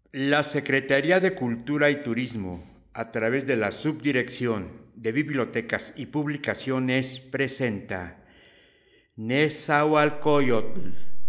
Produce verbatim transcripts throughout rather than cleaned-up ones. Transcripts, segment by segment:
La Secretaría de Cultura y Turismo, a través de la Subdirección de Bibliotecas y Publicaciones, presenta Nezahualcóyotl.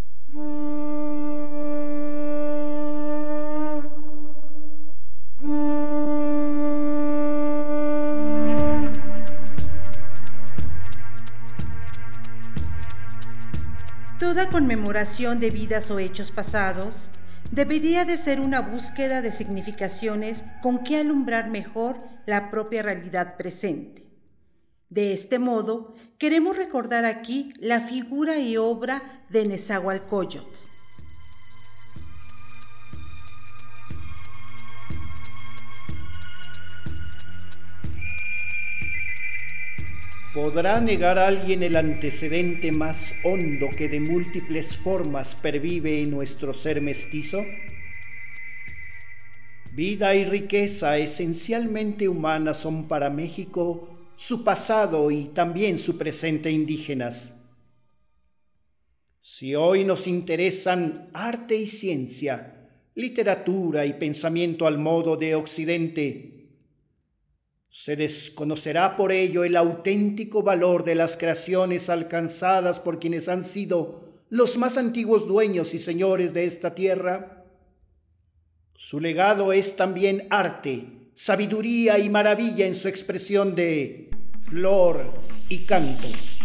Toda conmemoración de vidas o hechos pasados debería de ser una búsqueda de significaciones con que alumbrar mejor la propia realidad presente. De este modo, queremos recordar aquí la figura y obra de Nezahualcóyotl. ¿Podrá negar alguien el antecedente más hondo que de múltiples formas pervive en nuestro ser mestizo? Vida y riqueza esencialmente humanas son para México su pasado y también su presente indígenas. Si hoy nos interesan arte y ciencia, literatura y pensamiento al modo de Occidente, se desconocerá por ello el auténtico valor de las creaciones alcanzadas por quienes han sido los más antiguos dueños y señores de esta tierra. Su legado es también arte, sabiduría y maravilla en su expresión de flor y canto.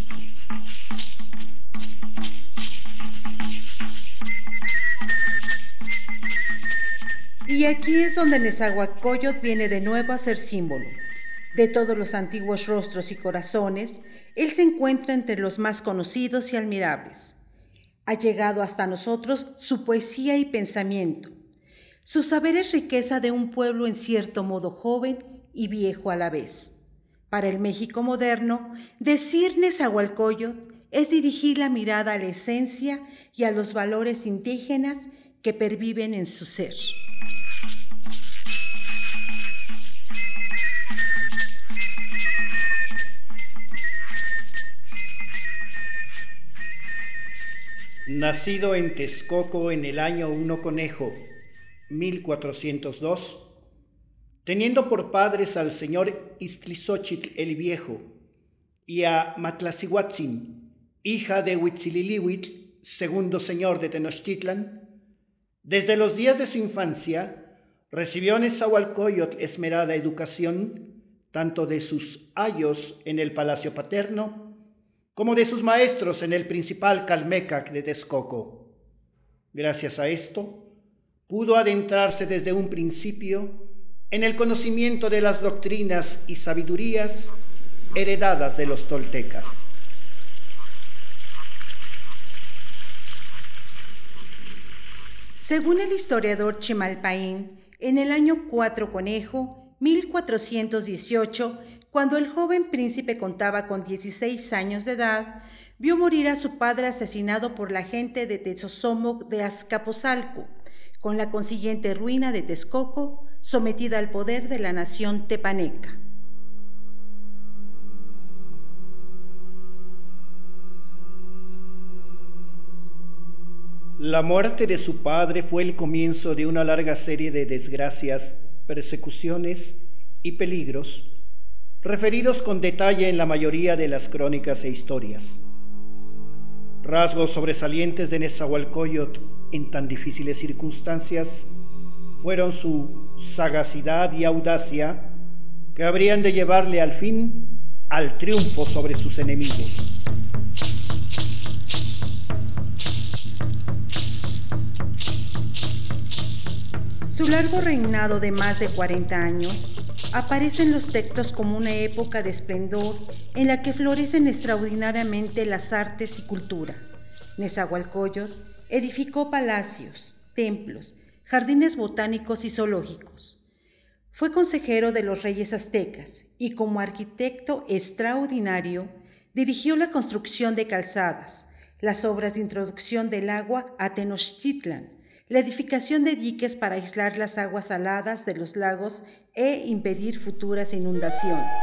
Y aquí es donde Nezahualcóyotl viene de nuevo a ser símbolo. De todos los antiguos rostros y corazones, él se encuentra entre los más conocidos y admirables. Ha llegado hasta nosotros su poesía y pensamiento. Su saber es riqueza de un pueblo en cierto modo joven y viejo a la vez. Para el México moderno, decir Nezahualcóyotl es dirigir la mirada a la esencia y a los valores indígenas que perviven en su ser. Nacido en Texcoco en el año uno Conejo, mil cuatrocientos dos, teniendo por padres al señor Iztlizóchitl el Viejo y a Matlacihuatzin, hija de Huitzililihuitl, segundo señor de Tenochtitlan, desde los días de su infancia recibió Nezahualcóyotl esmerada educación, tanto de sus ayos en el palacio paterno, como de sus maestros en el principal Calmecac de Texcoco. Gracias a esto, pudo adentrarse desde un principio en el conocimiento de las doctrinas y sabidurías heredadas de los toltecas. Según el historiador Chimalpaín, en el año cuatro Conejo, mil cuatrocientos dieciocho, cuando el joven príncipe contaba con dieciséis años de edad, vio morir a su padre asesinado por la gente de Tezosomoc de Azcapotzalco, con la consiguiente ruina de Texcoco, sometida al poder de la nación tepaneca. La muerte de su padre fue el comienzo de una larga serie de desgracias, persecuciones y peligros, referidos con detalle en la mayoría de las crónicas e historias. Rasgos sobresalientes de Nezahualcóyotl en tan difíciles circunstancias fueron su sagacidad y audacia, que habrían de llevarle al fin al triunfo sobre sus enemigos. Su largo reinado de más de cuarenta años aparece en los textos como una época de esplendor en la que florecen extraordinariamente las artes y cultura. Nezahualcóyotl edificó palacios, templos, jardines botánicos y zoológicos. Fue consejero de los reyes aztecas y como arquitecto extraordinario dirigió la construcción de calzadas, las obras de introducción del agua a Tenochtitlan, la edificación de diques para aislar las aguas saladas de los lagos e impedir futuras inundaciones.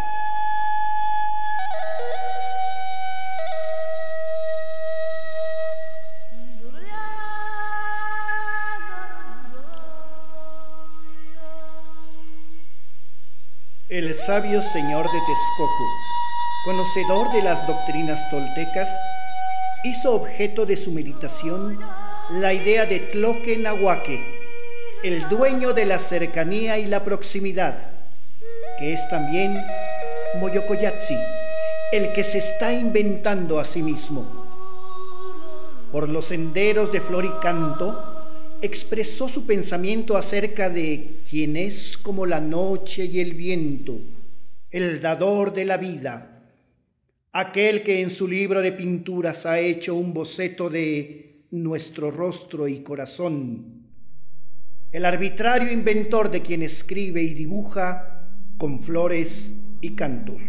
El sabio señor de Texcoco, conocedor de las doctrinas toltecas, hizo objeto de su meditación la idea de Tloque Nahuaque, el dueño de la cercanía y la proximidad, que es también Moyocoyatzi, el que se está inventando a sí mismo. Por los senderos de flor y canto, expresó su pensamiento acerca de quien es como la noche y el viento, el dador de la vida, aquel que en su libro de pinturas ha hecho un boceto de nuestro rostro y corazón, el arbitrario inventor de quien escribe y dibuja con flores y cantos.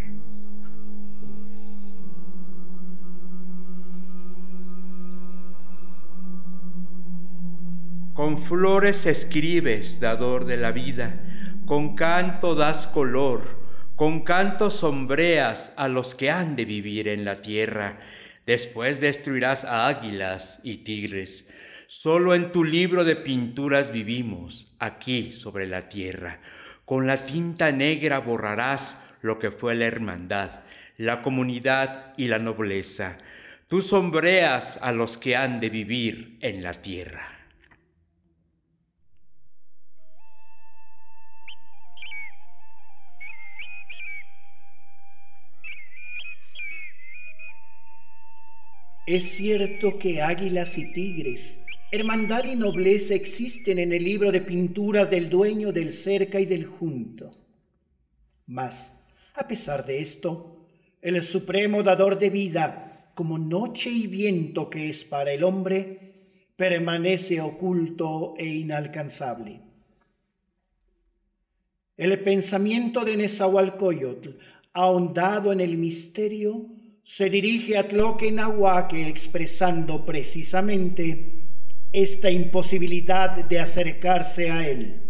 Con flores escribes, dador de la vida, con canto das color, con canto sombreas a los que han de vivir en la tierra. Después destruirás a águilas y tigres. Solo en tu libro de pinturas vivimos, aquí sobre la tierra. Con la tinta negra borrarás lo que fue la hermandad, la comunidad y la nobleza. Tú sombreas a los que han de vivir en la tierra. Es cierto que águilas y tigres, hermandad y nobleza existen en el libro de pinturas del dueño del cerca y del junto. Mas, a pesar de esto, el supremo dador de vida, como noche y viento que es para el hombre, permanece oculto e inalcanzable. El pensamiento de Nezahualcóyotl, ahondado en el misterio, se dirige a Tloque Nahuaque expresando precisamente esta imposibilidad de acercarse a él.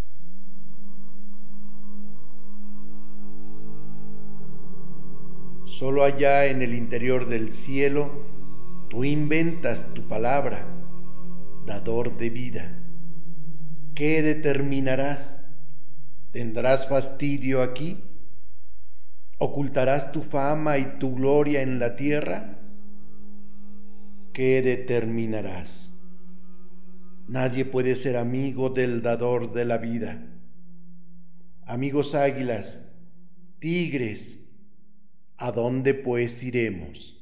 Solo allá en el interior del cielo, tú inventas tu palabra, dador de vida. ¿Qué determinarás? ¿Tendrás fastidio aquí? ¿Ocultarás tu fama y tu gloria en la tierra? ¿Qué determinarás? Nadie puede ser amigo del dador de la vida. Amigos águilas, tigres, ¿a dónde pues iremos?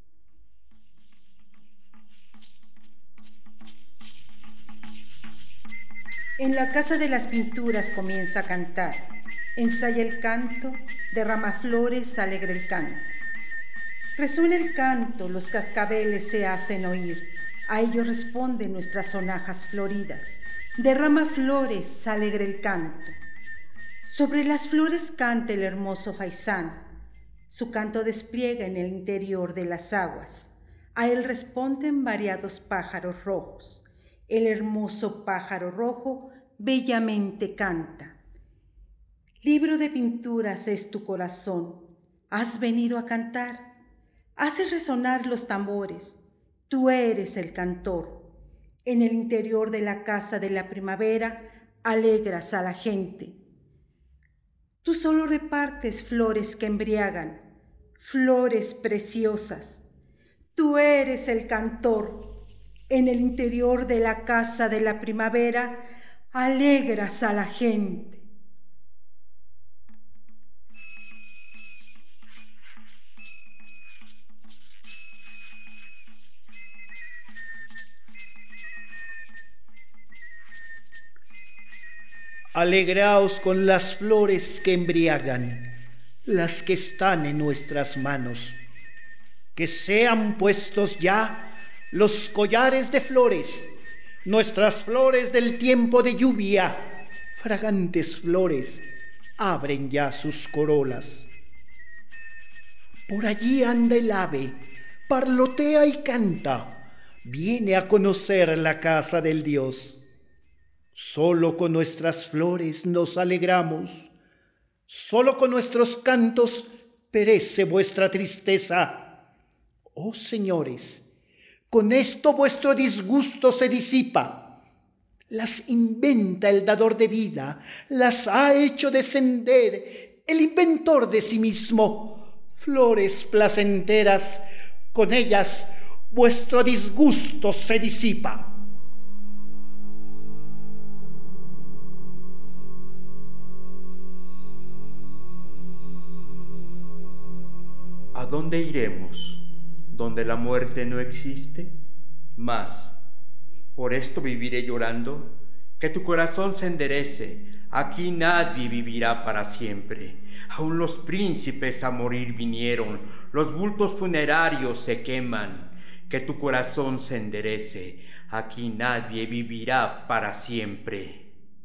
En la casa de las pinturas comienza a cantar. Ensaya el canto, derrama flores, alegre el canto. Resuena el canto, los cascabeles se hacen oír. A ello responden nuestras sonajas floridas. Derrama flores, alegre el canto. Sobre las flores canta el hermoso faisán. Su canto despliega en el interior de las aguas. A él responden variados pájaros rojos. El hermoso pájaro rojo bellamente canta. Libro de pinturas es tu corazón. Has venido a cantar. Haces resonar los tambores. Tú eres el cantor. En el interior de la casa de la primavera alegras a la gente. Tú solo repartes flores que embriagan, flores preciosas. Tú eres el cantor. En el interior de la casa de la primavera alegras a la gente. Alegraos con las flores que embriagan, las que están en nuestras manos. Que sean puestos ya los collares de flores, nuestras flores del tiempo de lluvia, fragantes flores, abren ya sus corolas. Por allí anda el ave, parlotea y canta, viene a conocer la casa del Dios. Solo con nuestras flores nos alegramos, solo con nuestros cantos perece vuestra tristeza. Oh señores, con esto vuestro disgusto se disipa. Las inventa el dador de vida, las ha hecho descender el inventor de sí mismo, flores placenteras, con ellas vuestro disgusto se disipa. ¿A dónde iremos? ¿Donde la muerte no existe? Mas, por esto viviré llorando, que tu corazón se enderece. Aquí nadie vivirá para siempre. Aún los príncipes a morir vinieron, los bultos funerarios se queman. Que tu corazón se enderece. Aquí nadie vivirá para siempre.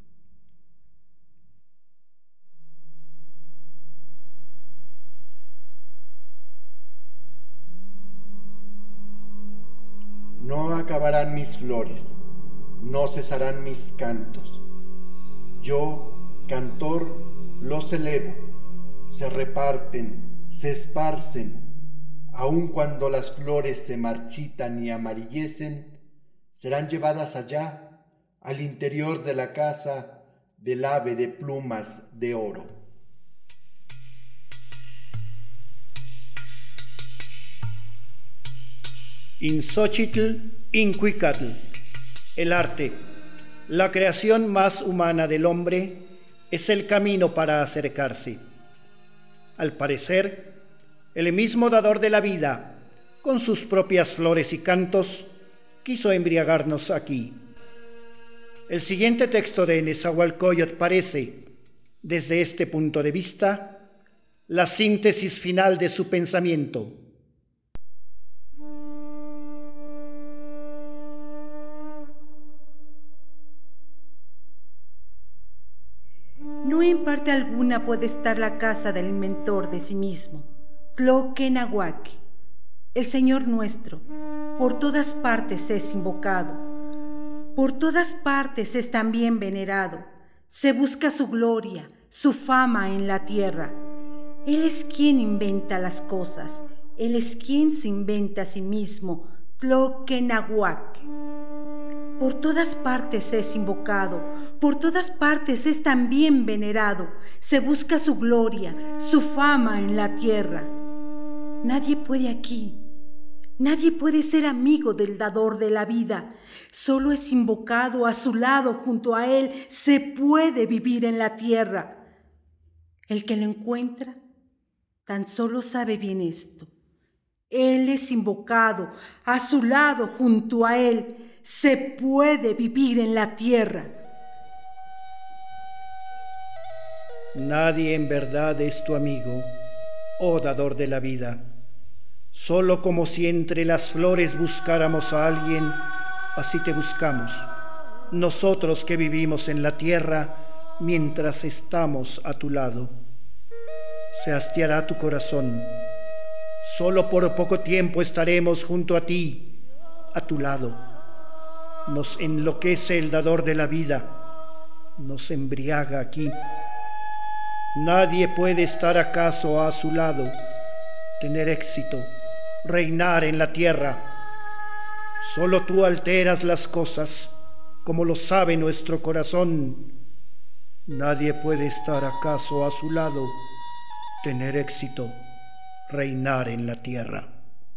No acabarán mis flores, no cesarán mis cantos. Yo, cantor, los elevo, se reparten, se esparcen. Aun cuando las flores se marchitan y amarillecen, serán llevadas allá, al interior de la casa del ave de plumas de oro. In Xochitl, Incuicatl, el arte, la creación más humana del hombre, es el camino para acercarse. Al parecer, el mismo dador de la vida, con sus propias flores y cantos, quiso embriagarnos aquí. El siguiente texto de Nezahualcóyotl parece, desde este punto de vista, la síntesis final de su pensamiento. No en parte alguna puede estar la casa del inventor de sí mismo, Tloquenahuac, el Señor nuestro. Por todas partes es invocado, por todas partes es también venerado. Se busca su gloria, su fama en la tierra. Él es quien inventa las cosas, Él es quien se inventa a sí mismo, Tloquenahuac. Por todas partes es invocado, por todas partes es también venerado. Se busca su gloria, su fama en la tierra. Nadie puede aquí, nadie puede ser amigo del dador de la vida. Solo es invocado, a su lado, junto a él, se puede vivir en la tierra. El que lo encuentra tan solo sabe bien esto. Él es invocado, a su lado, junto a él, se puede vivir en la tierra. Nadie en verdad es tu amigo, oh dador de la vida. Solo como si entre las flores buscáramos a alguien, así te buscamos, nosotros que vivimos en la tierra mientras estamos a tu lado. Se hastiará tu corazón. Solo por poco tiempo estaremos junto a ti, a tu lado. Nos enloquece el dador de la vida, nos embriaga aquí. Nadie puede estar acaso a su lado, tener éxito, reinar en la tierra. Solo tú alteras las cosas, como lo sabe nuestro corazón. Nadie puede estar acaso a su lado, tener éxito, reinar en la tierra.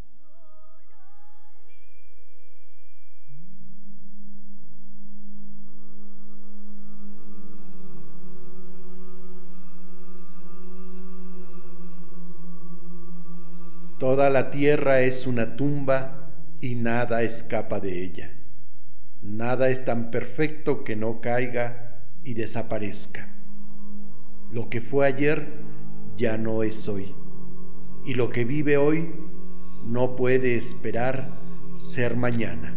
Toda la tierra es una tumba y nada escapa de ella. Nada es tan perfecto que no caiga y desaparezca. Lo que fue ayer ya no es hoy, y lo que vive hoy no puede esperar ser mañana.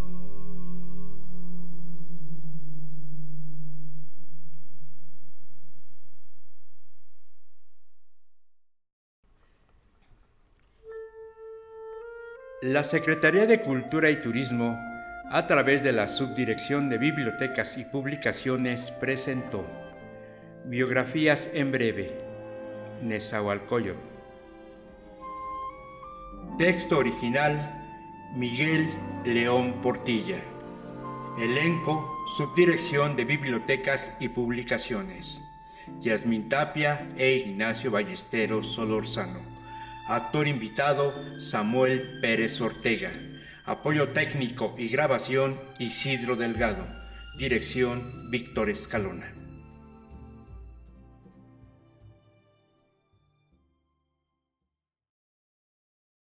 La Secretaría de Cultura y Turismo, a través de la Subdirección de Bibliotecas y Publicaciones, presentó Biografías en breve, Nezahualcóyotl. Texto original, Miguel León Portilla. Elenco, Subdirección de Bibliotecas y Publicaciones. Yasmín Tapia e Ignacio Ballesteros Solórzano. Actor invitado, Samuel Pérez Ortega. Apoyo técnico y grabación, Isidro Delgado. Dirección, Víctor Escalona.